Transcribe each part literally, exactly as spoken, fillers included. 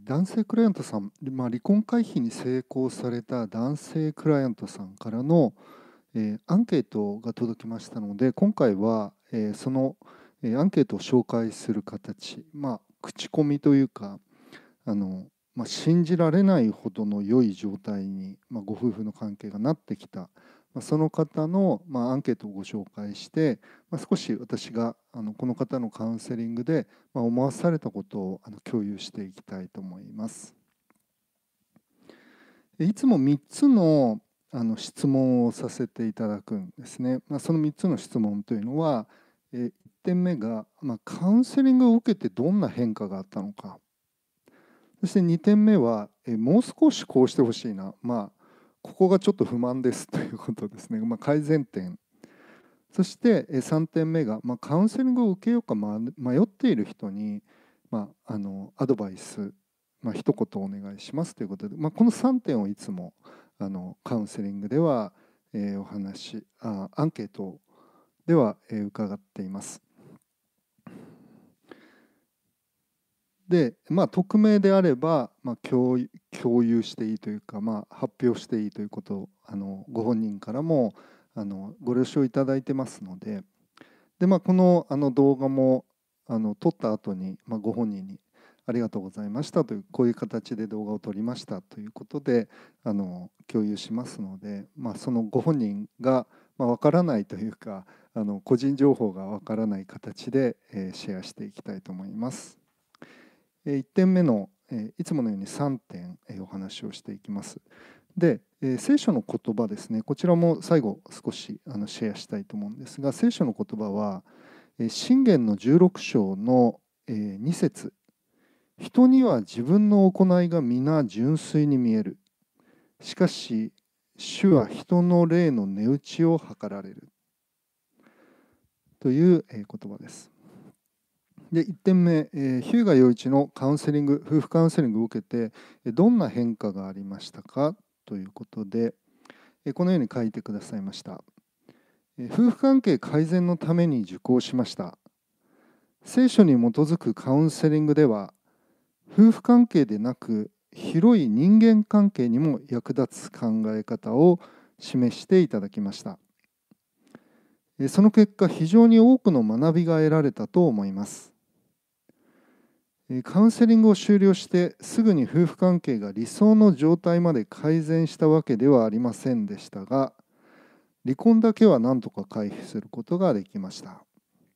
男性クライアントさん、まあ、離婚回避に成功された男性クライアントさんからの、えーアンケートが届きましたので、今回は、えーその、えーアンケートを紹介する形、まあ、口コミというか、あの、まあ、信じられないほどの良い状態に、まあ、ご夫婦の関係がなってきた、まあ、その方の、まあ、アンケートをご紹介して、まあ、少し私があのこの方のカウンセリングで、まあ、思わされたことをあの共有していきたいと思います。いつもみっつのあの質問をさせていただくんですね。まあ、そのみっつの質問というのは、えーいってんめが、まあ、カウンセリングを受けてどんな変化があったのか。そしてにてんめは、えーもう少しこうしてほしいな。まあ、ここがちょっと不満ですということですね。まあ、改善点。そしてえーさんてんめが、まあ、カウンセリングを受けようかま迷っている人に、まあ、あのアドバイス、まあ、一言お願いしますということで、まあ、このさんてんをいつもあのカウンセリングでは、えーお話あ、アンケートでは、えー伺っています。で、まあ、匿名であれば、まあ、共有共有していいというか、まあ、発表していいということをあのご本人からもあのご了承いただいてますので、で、まあ、このあの動画もあの撮った後に、まあ、ご本人にありがとうございましたという、こういう形で動画を撮りましたということであの共有しますので、まあ、そのご本人が、まあ、分からないというか、あの個人情報が分からない形で、えーシェアしていきたいと思います。いってんめの、いつものようにさんてんお話をしていきます。で、聖書の言葉ですね、こちらも最後少しあのシェアしたいと思うんですが、聖書の言葉は、箴言のじゅうろく章のに節、人には自分の行いが皆純粋に見える。しかし、主は人の霊の値打ちを図られる。という言葉です。でいってんめ、えー、日向陽一のカウンセリング、夫婦カウンセリングを受けて、どんな変化がありましたかということで、このように書いてくださいました。夫婦関係改善のために受講しました。聖書に基づくカウンセリングでは、夫婦関係でなく、広い人間関係にも役立つ考え方を示していただきました。その結果、非常に多くの学びが得られたと思います。カウンセリングを終了してすぐに夫婦関係が理想の状態まで改善したわけではありませんでしたが、離婚だけは何とか回避することができました。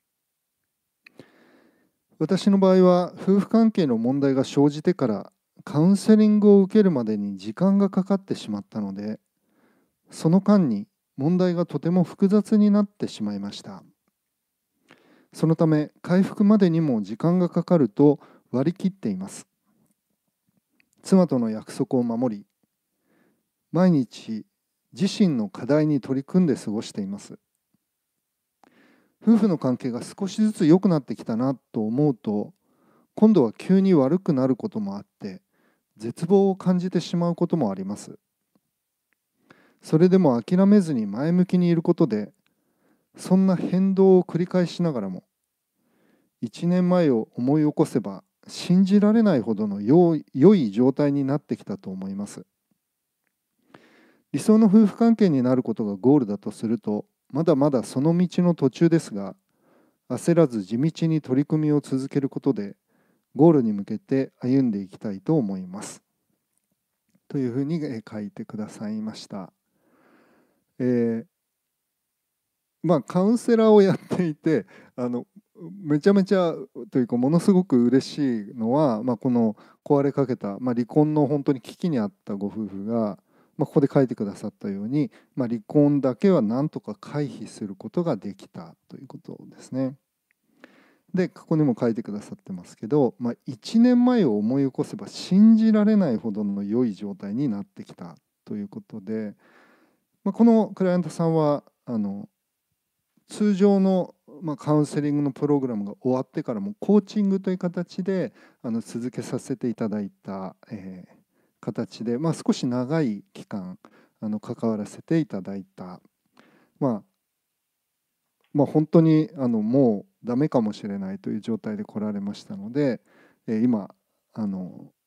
私の場合は夫婦関係の問題が生じてからカウンセリングを受けるまでに時間がかかってしまったので、その間に問題がとても複雑になってしまいました。そのため回復までにも時間がかかると割り切っています。妻との約束を守り、毎日自身の課題に取り組んで過ごしています。夫婦の関係が少しずつ良くなってきたなと思うと、今度は急に悪くなることもあって、絶望を感じてしまうこともあります。それでも諦めずに前向きにいることで、そんな変動を繰り返しながらも、いちねんまえを思い起こせば、信じられないほどの良い良い状態になってきたと思います。理想の夫婦関係になることがゴールだとすると、まだまだその道の途中ですが、焦らず地道に取り組みを続けることで、ゴールに向けて歩んでいきたいと思います。というふうに書いてくださいました。えーまあ、カウンセラーをやっていて、あのめちゃめちゃというかものすごく嬉しいのは、まあ、この壊れかけた、まあ、離婚の本当に危機にあったご夫婦が、まあ、ここで書いてくださったように、まあ、離婚だけはなんとか回避することができたということですね。で、ここにも書いてくださってますけど、まあ、いちねんまえを思い起こせば信じられないほどの良い状態になってきたということで、まあ、このクライアントさんはあの通常の、まあ、カウンセリングのプログラムが終わってからもコーチングという形であの続けさせていただいた、えー形で、まあ、少し長い期間あの関わらせていただいた、まあ、まあ本当にあのもうダメかもしれないという状態で来られましたので、えー今あの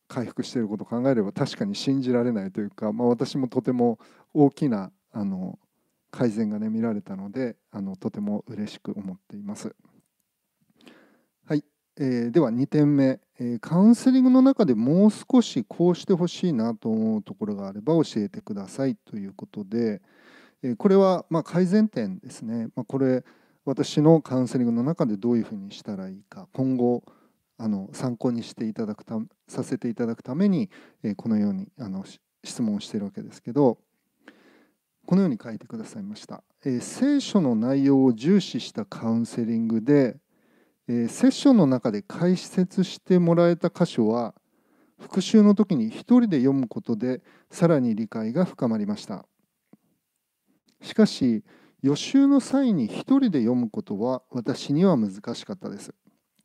回復していることを考えれば確かに信じられないというか、まあ、私もとても大きなあの改善がね見られたので、あのとても嬉しく思っています。はい、えーではにてんめ、えーカウンセリングの中でもう少しこうしてほしいなと思うところがあれば教えてくださいということで、えーこれはまあ改善点ですね。まあ、これ私のカウンセリングの中でどういうふうにしたらいいか、今後あの参考にしていただくたさせていただくために、えーこのようにあのし質問をしているわけですけど、このように書いてくださいました。えー聖書の内容を重視したカウンセリングで、えーセッションの中で解説してもらえた箇所は、復習の時に一人で読むことでさらに理解が深まりました。しかし、予習の際に一人で読むことは私には難しかったです。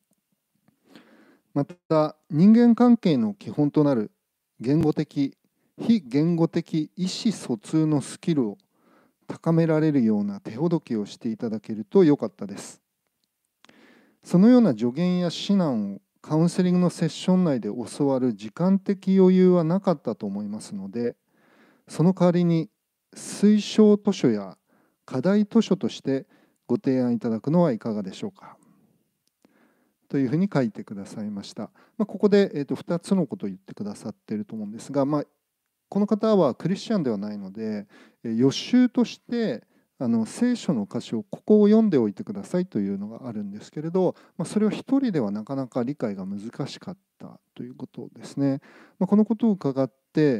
また、人間関係の基本となる言語的、非言語的意思疎通のスキルを高められるような手ほどきをしていただけると良かったです。そのような助言や指南をカウンセリングのセッション内で教わる時間的余裕はなかったと思いますので、その代わりに推奨図書や課題図書としてご提案いただくのはいかがでしょうか。というふうに書いてくださいました。まあ、ここで、えー、とふたつのことを言ってくださっていると思うんですが、まあ、この方はクリスチャンではないので、えー予習としてあの聖書の箇所をここを読んでおいてくださいというのがあるんですけれど、まあ、それを一人ではなかなか理解が難しかったということですね。まあ、このことを伺って、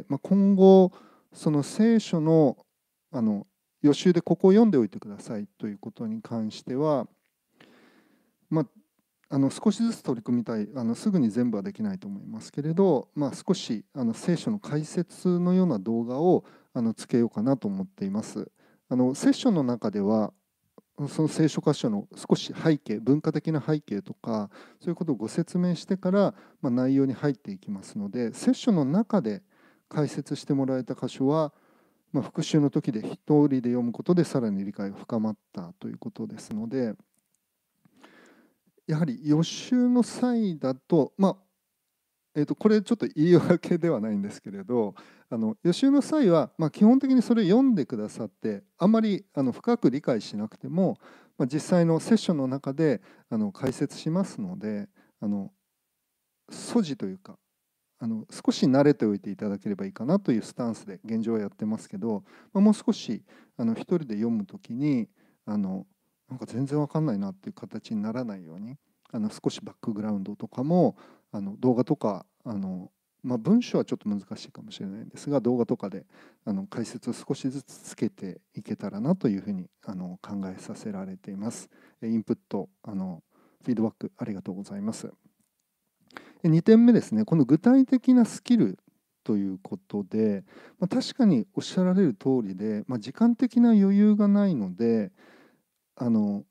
まあ、今後その聖書のあの予習でここを読んでおいてくださいということに関しては、まあ、あの少しずつ取り組みたい、あのすぐに全部はできないと思いますけれど、まあ、少しあの聖書の解説のような動画をあのつけようかなと思っています。あのセッションの中ではその聖書箇所の少し背景、文化的な背景とかそういうことをご説明してから、まあ、内容に入っていきますので、セッションの中で解説してもらえた箇所は、まあ、復習の時で一人で読むことでさらに理解が深まったということですので、やはり予習の際だと、まあえー、とこれちょっと言い訳ではないんですけれど、あの予習の際は、まあ、基本的にそれ読んでくださってあんまりあの深く理解しなくても、まあ、実際のセッションの中であの解説しますので、あの素地というかあの少し慣れておいていただければいいかなというスタンスで現状はやってますけど、まあ、もう少しあの一人で読むときにあのなんか全然わかんないなっていう形にならないように、あの少しバックグラウンドとかもあの動画とかあの、まあ、文章はちょっと難しいかもしれないんですが、動画とかであの解説を少しずつつけていけたらなというふうにあの考えさせられています。インプットあのフィードバックありがとうございます。にてんめですね、この具体的なスキルということで、まあ、確かにおっしゃられる通りで、まあ、時間的な余裕がないので、あの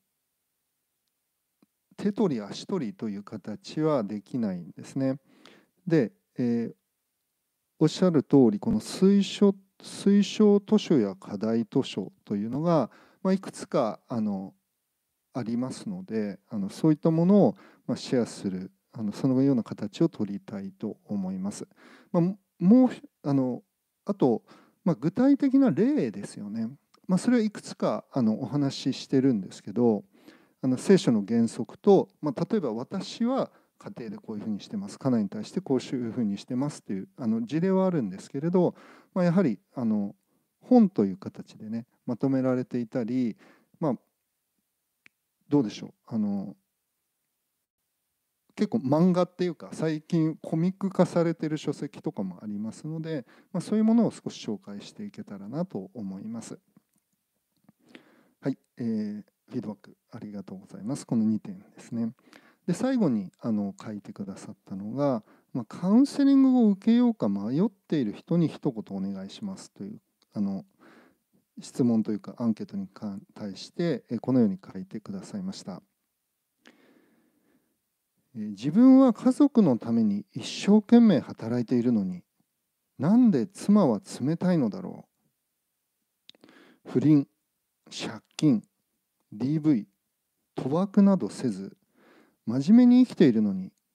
手取り足取りという形はできないんですね。で、えーおっしゃる通り、この推奨推奨図書や課題図書というのが、まあ、いくつかあのありますので、あのそういったものをまあシェアする、あのそのような形を取りたいと思います。まあ、もうあのあと、まあ、具体的な例ですよね。まあ、それはいくつかあのお話ししてるんですけど、あの聖書の原則と、まあ、例えば私は家庭でこういうふうにしてます、家内に対してこういうふうにしてますというあの事例はあるんですけれど、まあ、やはりあの本という形でねまとめられていたり、まあ、どうでしょう、あの結構漫画っていうか最近コミック化されている書籍とかもありますので、まあ、そういうものを少し紹介していけたらなと思います。はい、えーフィードバックありがとうございます。このにてんですね。で、最後にあの書いてくださったのが、まあ、カウンセリングを受けようか迷っている人に一言お願いしますというあの質問というかアンケートに対してえこのように書いてくださいました。自分は家族のために一生懸命働いているのに、なんで妻は冷たいのだろう。不倫、借金、ディーブイ、賭博などせず、真面目に生きているのに、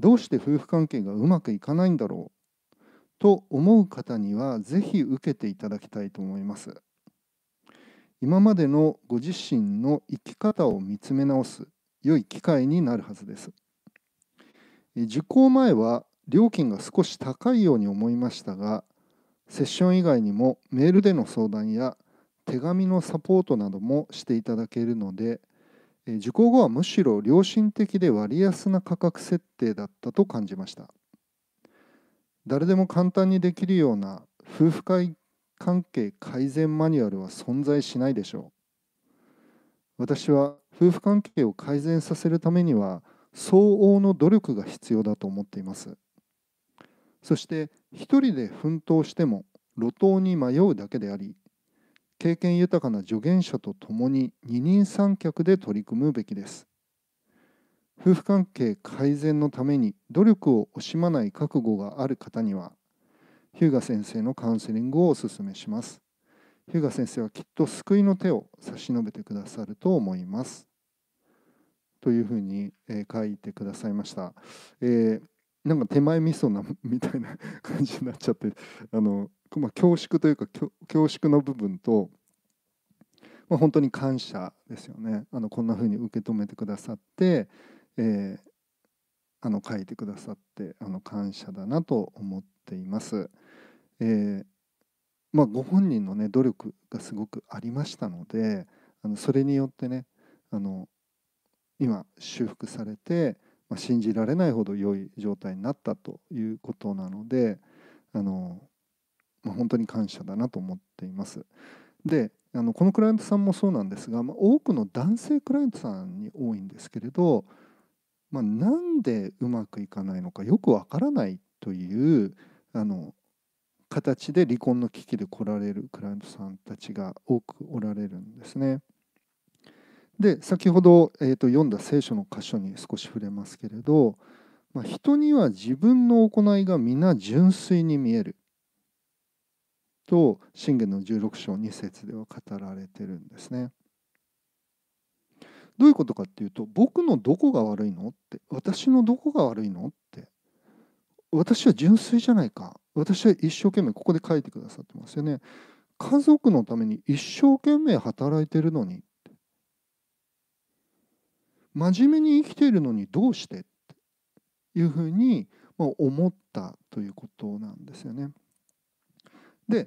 どうして夫婦関係がうまくいかないんだろうと思う方にはぜひ受けていただきたいと思います。今までのご自身の生き方を見つめ直す良い機会になるはずです。受講前は料金が少し高いように思いましたが、セッション以外にもメールでの相談や手紙のサポートなどもしていただけるので、受講後はむしろ良心的で割安な価格設定だったと感じました。誰でも簡単にできるような夫婦関係改善マニュアルは存在しないでしょう。私は夫婦関係を改善させるためには相応の努力が必要だと思っています。そして一人で奮闘しても路頭に迷うだけであり、経験豊かな助言者と共に二人三脚で取り組むべきです。夫婦関係改善のために努力を惜しまない覚悟がある方には、日向先生のカウンセリングをお勧めします。日向先生はきっと救いの手を差し伸べてくださると思います。というふうに、えー書いてくださいました。えーなんか手前味噌なみたいな感じになっちゃって、あの、まあ、恐縮というか恐恐縮の部分と、まあ、本当に感謝ですよね。あのこんなふうに受け止めてくださって、えーあの書いてくださってあの感謝だなと思っています。えーまあ、ご本人のね努力がすごくありましたので、あのそれによってね、あの今修復されて、まあ、信じられないほど良い状態になったということなので、あの、まあ、本当に感謝だなと思っています。で、あのこのクライアントさんもそうなんですが、まあ、多くの男性クライアントさんに多いんですけれど、まあ、なんでうまくいかないのかよくわからないというあの形で離婚の危機で来られるクライアントさんたちが多くおられるんですね。で、先ほど、えーと読んだ聖書の箇所に少し触れますけれど、まあ、人には自分の行いが皆純粋に見えると箴言のじゅうろく章に節では語られてるんですね。どういうことかっていうと、僕のどこが悪いのって、私のどこが悪いのって、私は純粋じゃないか、私は一生懸命、ここで書いてくださってますよね。家族のために一生懸命働いてるのに、真面目に生きているのにどうしてっていうふうにまあ思ったということなんですよね。で、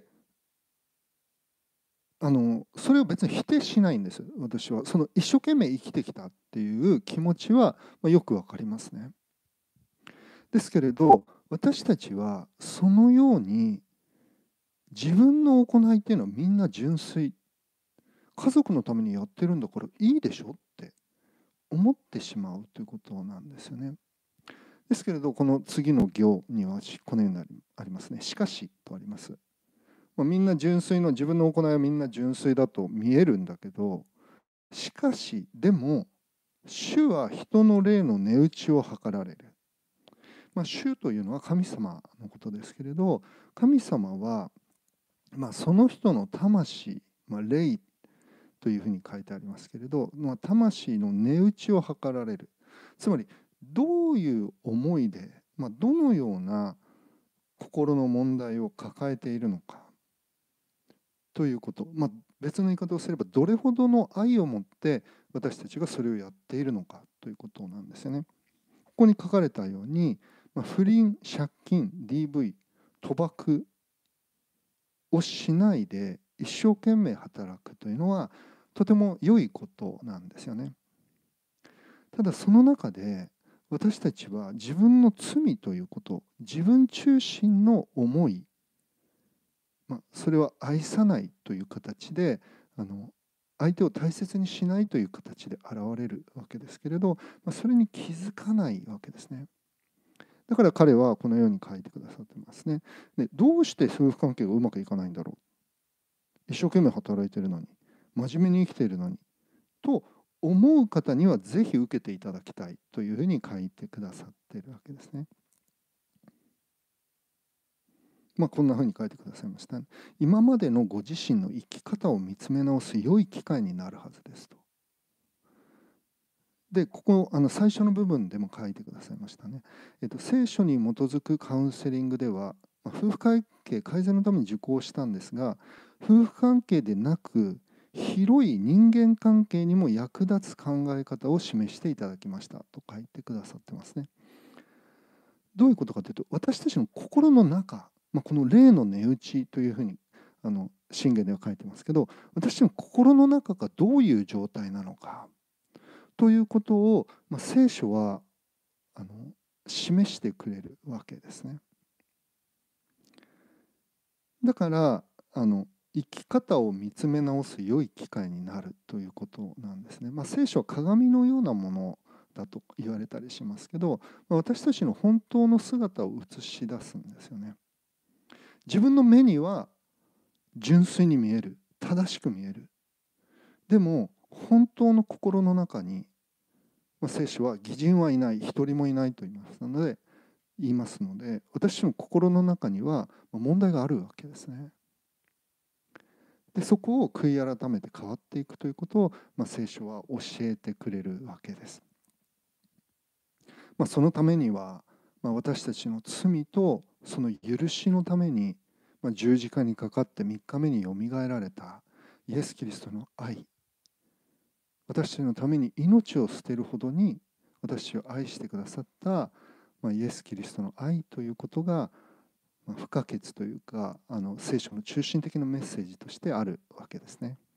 あのそれを別に否定しないんです私は。その一生懸命生きてきたっていう気持ちはまあよくわかりますね。ですけれど、私たちはそのように自分の行いっていうのはみんな純粋、家族のためにやってるんだからいいでしょって思ってしまうということなんですよね。ですけれど、この次の行にはこのようにありますね。しかしとあります。まあ、みんな純粋の、自分の行いはみんな純粋だと見えるんだけど、しかしでも主は人の霊の値打ちを図られる。まあ、主というのは神様のことですけれど、神様は、まあ、その人の魂、まあ、霊というふうに書いてありますけれど、まあ、魂の値打ちを図られる。つまりどういう思いで、まあ、どのような心の問題を抱えているのかということ、まあ、別の言い方をすればどれほどの愛を持って私たちがそれをやっているのかということなんですよね。ここに書かれたように、まあ、不倫、借金、ディーブイ、賭博をしないで一生懸命働くというのはとても良いことなんですよね。ただその中で私たちは自分の罪ということ、自分中心の思い、まあ、それは愛さないという形で、あの相手を大切にしないという形で現れるわけですけれど、まあ、それに気づかないわけですね。だから彼はこのように書いてくださってますね。で、どうして夫婦関係がうまくいかないんだろう。一生懸命働いているのに、真面目に生きているのに、と思う方にはぜひ受けていただきたいというふうに書いてくださっているわけですね。まあ、こんなふうに書いてくださいました。今までのご自身の生き方を見つめ直す良い機会になるはずですと。 でここあの最初の部分でも書いてくださいましたね。えっと、聖書に基づくカウンセリングでは、まあ夫婦関係改善のために受講したんですが、夫婦関係でなく広い人間関係にも役立つ考え方を示していただきましたと書いてくださってますね。どういうことかというと、私たちの心の中、まあ、この霊の値打ちというふうにあの信玄では書いてますけど、私たちの心の中がどういう状態なのかということを、まあ、聖書はあの示してくれるわけですね。だからあの生き方を見つめ直す良い機会になるということなんですね。まあ、聖書は鏡のようなものだと言われたりしますけど、まあ、私たちの本当の姿を映し出すんですよね。自分の目には純粋に見える、正しく見える。でも本当の心の中に、まあ、聖書は義人はいない、一人もいないと言いますので言いますので、私の心の中には問題があるわけですね。でそこを悔い改めて変わっていくということを、まあ、聖書は教えてくれるわけです。まあ、そのためには、まあ、私たちの罪とその許しのために、まあ、十字架にかかってみっかめによみがえられたイエス・キリストの愛、私たちのために命を捨てるほどに私を愛してくださった、まあ、イエス・キリストの愛ということが、まあ、不可欠というか、あの聖書の中心的なメッセージとしてあるわけですね。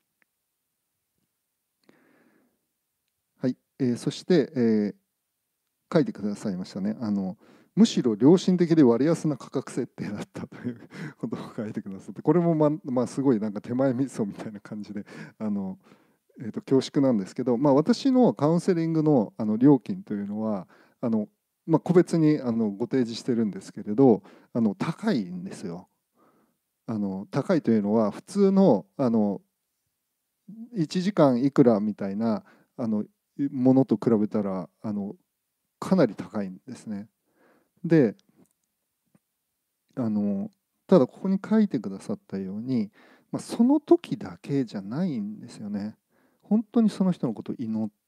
はい、えーそして、えー書いてくださいましたね。あのむしろ良心的で割安な価格設定だったということを書いてくださって、これもまあ、まあ、すごいなんか手前味噌みたいな感じで、あの、えーと恐縮なんですけど、まあ、私のカウンセリングのあの料金というのはあの、まあ、個別にあのご提示してるんですけれど、あの高いんですよ。あの高いというのは普通の、あのいちじかんいくらみたいなあのものと比べたらあのかなり高いんですね。で、あのただここに書いてくださったように、まあ、その時だけじゃないんですよね。本当にその人のことを祈って、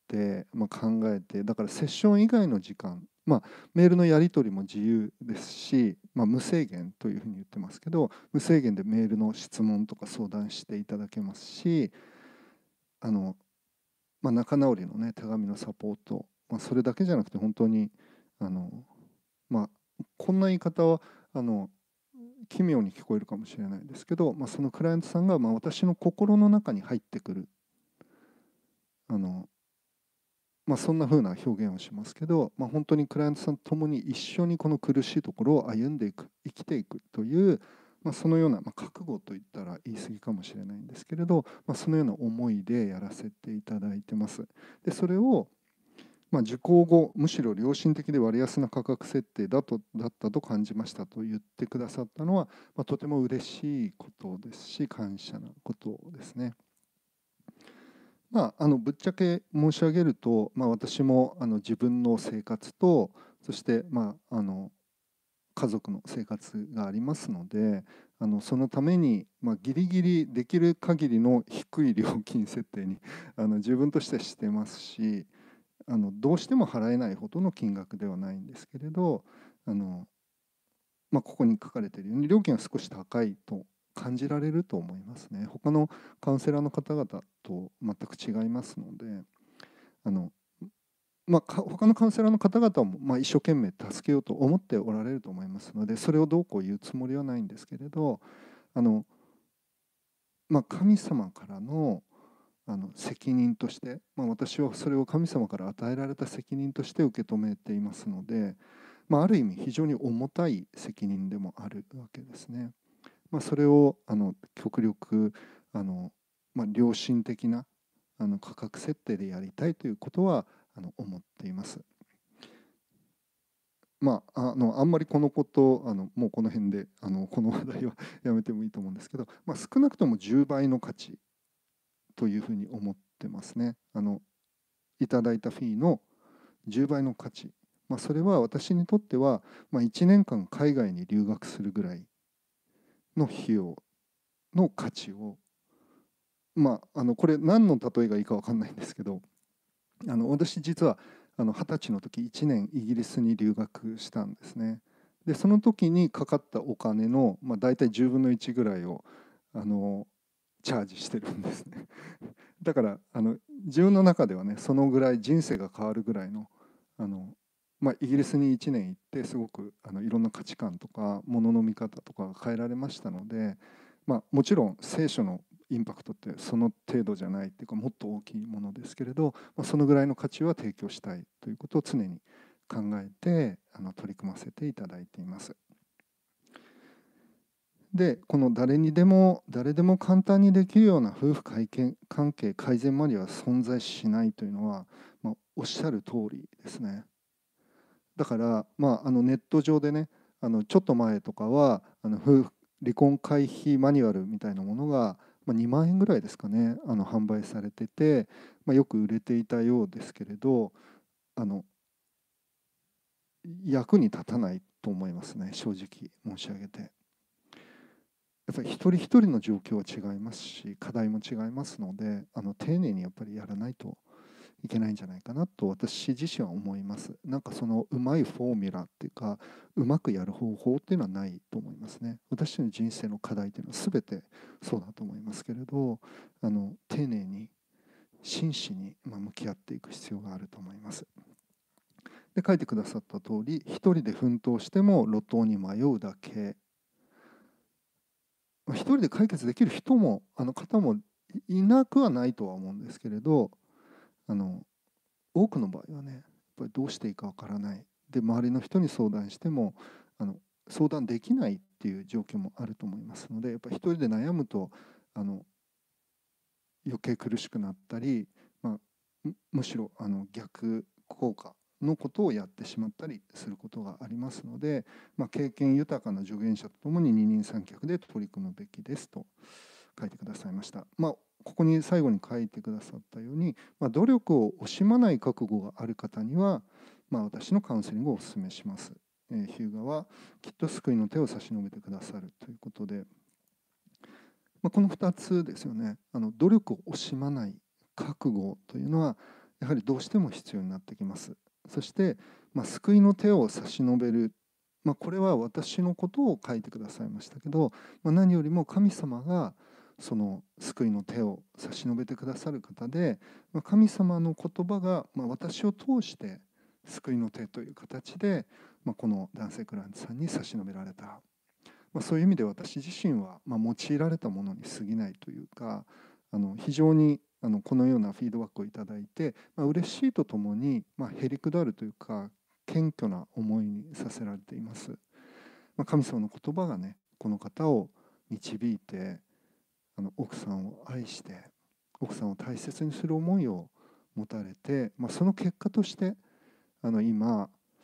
まあ、考えて、だからセッション以外の時間、まあ、メールのやり取りも自由ですし、まあ、無制限というふうに言ってますけど、無制限でメールの質問とか相談していただけますし、あの、まあ、仲直りのね手紙のサポート、まあ、それだけじゃなくて本当にあの、まあ、こんな言い方はあの奇妙に聞こえるかもしれないですけど、まあ、そのクライアントさんがまあ私の心の中に入ってくる、あの、まあ、そんな風な表現をしますけど、まあ、本当にクライアントさんと共に一緒にこの苦しいところを歩んでいく、生きていくという、まあ、そのような、まあ、覚悟といったら言い過ぎかもしれないんですけれど、まあ、そのような思いでやらせていただいてます。でそれをまあ、受講後、むしろ良心的で割安な価格設定だとだったと感じましたと言ってくださったのは、まあ、とても嬉しいことですし、感謝なことですね。まあ、あのぶっちゃけ申し上げると、まあ、私もあの自分の生活と、そして、まあ、あの家族の生活がありますので、あのそのために、まあ、ギリギリできる限りの低い料金設定にあの自分としてはしてますし、あのどうしても払えないほどの金額ではないんですけれど、あの、まあ、ここに書かれているように料金は少し高いと感じられると思いますね。他のカウンセラーの方々と全く違いますので、あの、まあ、か他のカウンセラーの方々も、まあ、一生懸命助けようと思っておられると思いますので、それをどうこう言うつもりはないんですけれど、あの、まあ、神様からのあの責任として、まあ、私はそれを神様から与えられた責任として受け止めていますので、まあ、ある意味非常に重たい責任でもあるわけですね。まあ、それをあの極力あの、まあ、良心的なあの価格設定でやりたいということはあの思っています。まあ、あのあんまりこのことあのもうこの辺であのこの話題はやめてもいいと思うんですけど、まあ、少なくともじゅうばいの価値というふうに思ってますね。あのいただいたフィーのじゅうばいの価値、まあ、それは私にとっては、まあ、いちねんかん海外に留学するぐらいの費用の価値を、まあ、あのこれ何の例えがいいか分かんないんですけど、 あの私実はあのはたちの時いちねんイギリスに留学したんですね。でその時にかかったお金の、まあ、大体じゅうぶんのいちぐらいをあのチャージしてるんですね。だからあの自分の中ではね、そのぐらい人生が変わるぐらいの、あの、まあ、イギリスにいちねん行ってすごくあのいろんな価値観とかものの見方とかが変えられましたので、まあ、もちろん聖書のインパクトってその程度じゃないっていうか、もっと大きいものですけれど、まあ、そのぐらいの価値は提供したいということを常に考えてあの取り組ませていただいています。で、この誰にでも誰でも簡単にできるような夫婦関係関係改善までは存在しないというのは、まあ、おっしゃる通りですね。だから、まあ、あのネット上でね、あのちょっと前とかはあの夫婦離婚回避マニュアルみたいなものが、まあ、にまん円ぐらいですかね、あの販売されてて、まあ、よく売れていたようですけれど、あの役に立たないと思いますね、正直申し上げて。やっぱり一人一人の状況は違いますし、課題も違いますので、あの丁寧にやっぱりやらないといけないんじゃないかなと私自身は思います。なんかそのうまいフォーミュラっていうか、うまくやる方法っていうのはないと思いますね。私の人生の課題っていうのは全てそうだと思いますけれど、あの丁寧に真摯にまあ向き合っていく必要があると思います。で、書いてくださった通り、一人で奮闘しても路頭に迷うだけ。まあ、一人で解決できる人もあの方もいなくはないとは思うんですけれど、あの多くの場合はね、やっぱりどうしていいかわからない。で、周りの人に相談してもあの相談できないっていう状況もあると思いますので、やっぱり一人で悩むとあの余計苦しくなったり、まあ、むむしろあの逆効果のことをやってしまったりすることがありますので、まあ、経験豊かな助言者とともに二人三脚で取り組むべきですと書いてくださいました。まあ、ここに最後に書いてくださったように、まあ、努力を惜しまない覚悟がある方には、まあ、私のカウンセリングをお勧めします。えー、ヒューガはきっと救いの手を差し伸べてくださるということで、まあ、このふたつですよね。あの努力を惜しまない覚悟というのはやはりどうしても必要になってきます。そして、まあ、救いの手を差し伸べる、まあ、これは私のことを書いてくださいましたけど、まあ、何よりも神様がその救いの手を差し伸べてくださる方で、まあ、神様の言葉が、まあ、私を通して救いの手という形で、まあ、この男性クライアントさんに差し伸べられた。まあ、そういう意味で私自身は、まあ、用いられたものに過ぎないというか、あの非常にあのこのようなフィードバックをいただいて、まあ、嬉しいとともに、まあ、へりくだるというか謙虚な思いにさせられています。まあ、神様の言葉がね、この方を導いて、あの奥さんを愛して奥さんを大切にする思いを持たれて、まあ、その結果としてあの今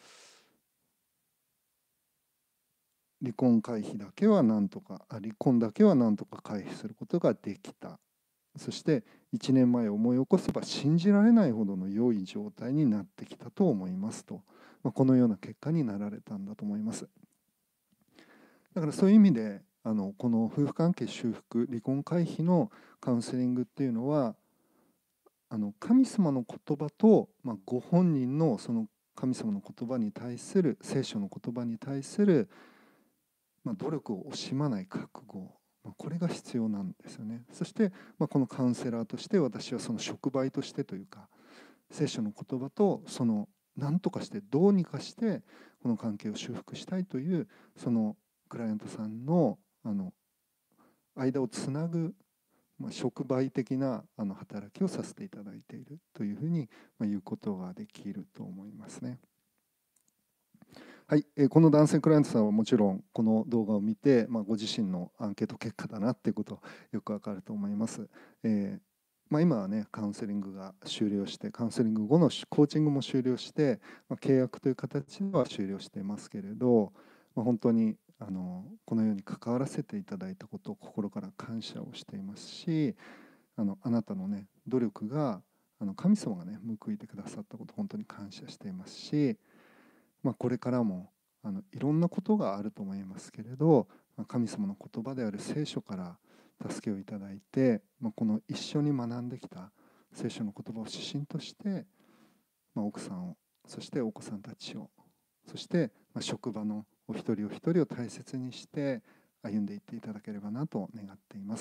離婚回避だけはなんとか離婚だけはなんとか回避することができた。そしていちねんまえを思い起こせば信じられないほどの良い状態になってきたと思いますと、まあ、このような結果になられたんだと思います。だからそういう意味であのこの夫婦関係修復離婚回避のカウンセリングっていうのは、あの神様の言葉と、まあ、ご本人のその神様の言葉に対する聖書の言葉に対する、まあ、努力を惜しまない覚悟、まあ、これが必要なんですよね。そして、まあ、このカウンセラーとして私はその触媒としてというか、聖書の言葉とその何とかしてどうにかしてこの関係を修復したいというそのクライアントさんのあの間をつなぐ、まあ、触媒的なあの働きをさせていただいているというふうに言うことができると思いますね。はい、えーこの男性クライアントさんはもちろんこの動画を見て、まあ、ご自身のアンケート結果だなっていうことよくわかると思います。えーまあ、今はねカウンセリングが終了してカウンセリング後のコーチングも終了して、まあ、契約という形では終了していますけれど、まあ、本当にあのこのように関わらせていただいたことを心から感謝をしていますし、あのあなたのね努力があの神様がね報いてくださったこと本当に感謝していますし、まあ、これからもあのいろんなことがあると思いますけれど、まあ神様の言葉である聖書から助けをいただいて、まあ、この一緒に学んできた聖書の言葉を指針としてまあ、奥さんを、そしてお子さんたちを、そしてまあ職場のお一人お一人を大切にして歩んでいっていただければなと願っています。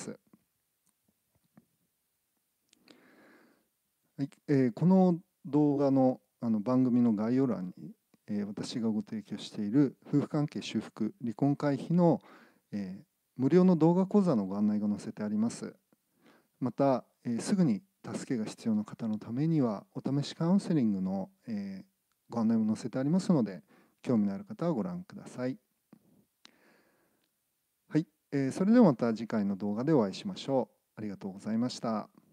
はい、えーこの動画の、あの番組の概要欄に、えー私がご提供している夫婦関係修復離婚回避の、えー無料の動画講座のご案内が載せてあります。また、えーすぐに助けが必要な方のためにはお試しカウンセリングの、えーご案内も載せてありますので、興味のある方はご覧ください。はい、えーそれではまた次回の動画でお会いしましょう。ありがとうございました。